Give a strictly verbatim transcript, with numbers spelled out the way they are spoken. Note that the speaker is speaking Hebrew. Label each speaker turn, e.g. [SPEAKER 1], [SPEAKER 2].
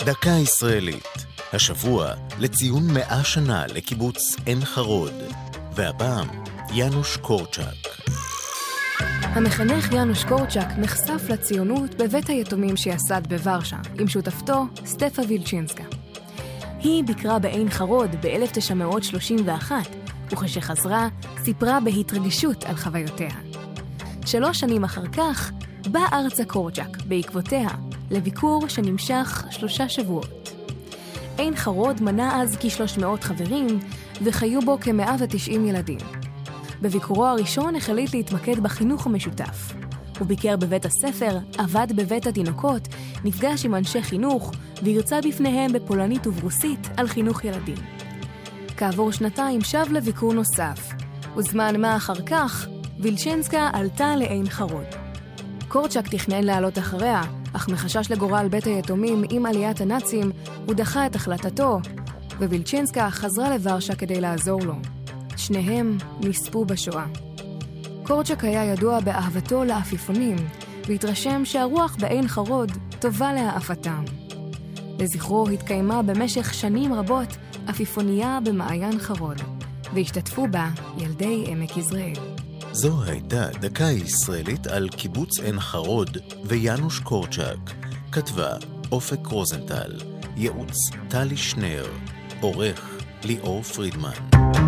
[SPEAKER 1] דקה ישראלית, השבוע לציון מאה שנה לקיבוץ עין חרוד, והפעם יאנוש קורצ'אק.
[SPEAKER 2] המחנך יאנוש קורצ'אק נחשף לציונות בבית היתומים שיסד בוורשה, עם שותפתו סטפה וילצ'ינסקה. היא ביקרה בעין חרוד ב-אלף תשע מאות שלושים ואחת, וכשחזרה סיפרה בהתרגשות על חוויותיה. שלוש שנים אחר כך בא ארצה קורצ'אק בעקבותיה לביקור שנמשך שלושה שבועות. עין חרוד מנה אז כ-שלוש מאות חברים וחיו בו כ-מאה ותשעים ילדים. בביקורו הראשון החליט להתמקד בחינוך המשותף. הוא ביקר בבית הספר, עבד בבית התינוקות, נפגש עם אנשי חינוך והרצה בפניהם בפולנית וברוסית על חינוך ילדים. כעבור שנתיים שב לביקור נוסף, וזמן מה אחר כך וילצ'ינסקה עלתה לעין חרוד. קורצ'אק תכנן לעלות אחריה, אך מחשש לגורל בית היתומים עם עליית הנאצים, הוא דחה את החלטתו, ווילצ'ינסקה חזרה לוורשה כדי לעזור לו. שניהם נספו בשואה. קורצ'אק היה ידוע באהבתו לעפיפונים, והתרשם שהרוח בעין חרוד טובה להאפתם. לזכרו התקיימה במשך שנים רבות עפיפונייה במעיין חרוד, והשתתפו בה ילדי עמק יזרעאל.
[SPEAKER 1] זו הייתה דקה ישראלית על קיבוץ עין חרוד ויאנוש קורצ'אק. כתבה אופק רוזנטל, ייעוץ טלי שנר, עורך ליאור פרידמן.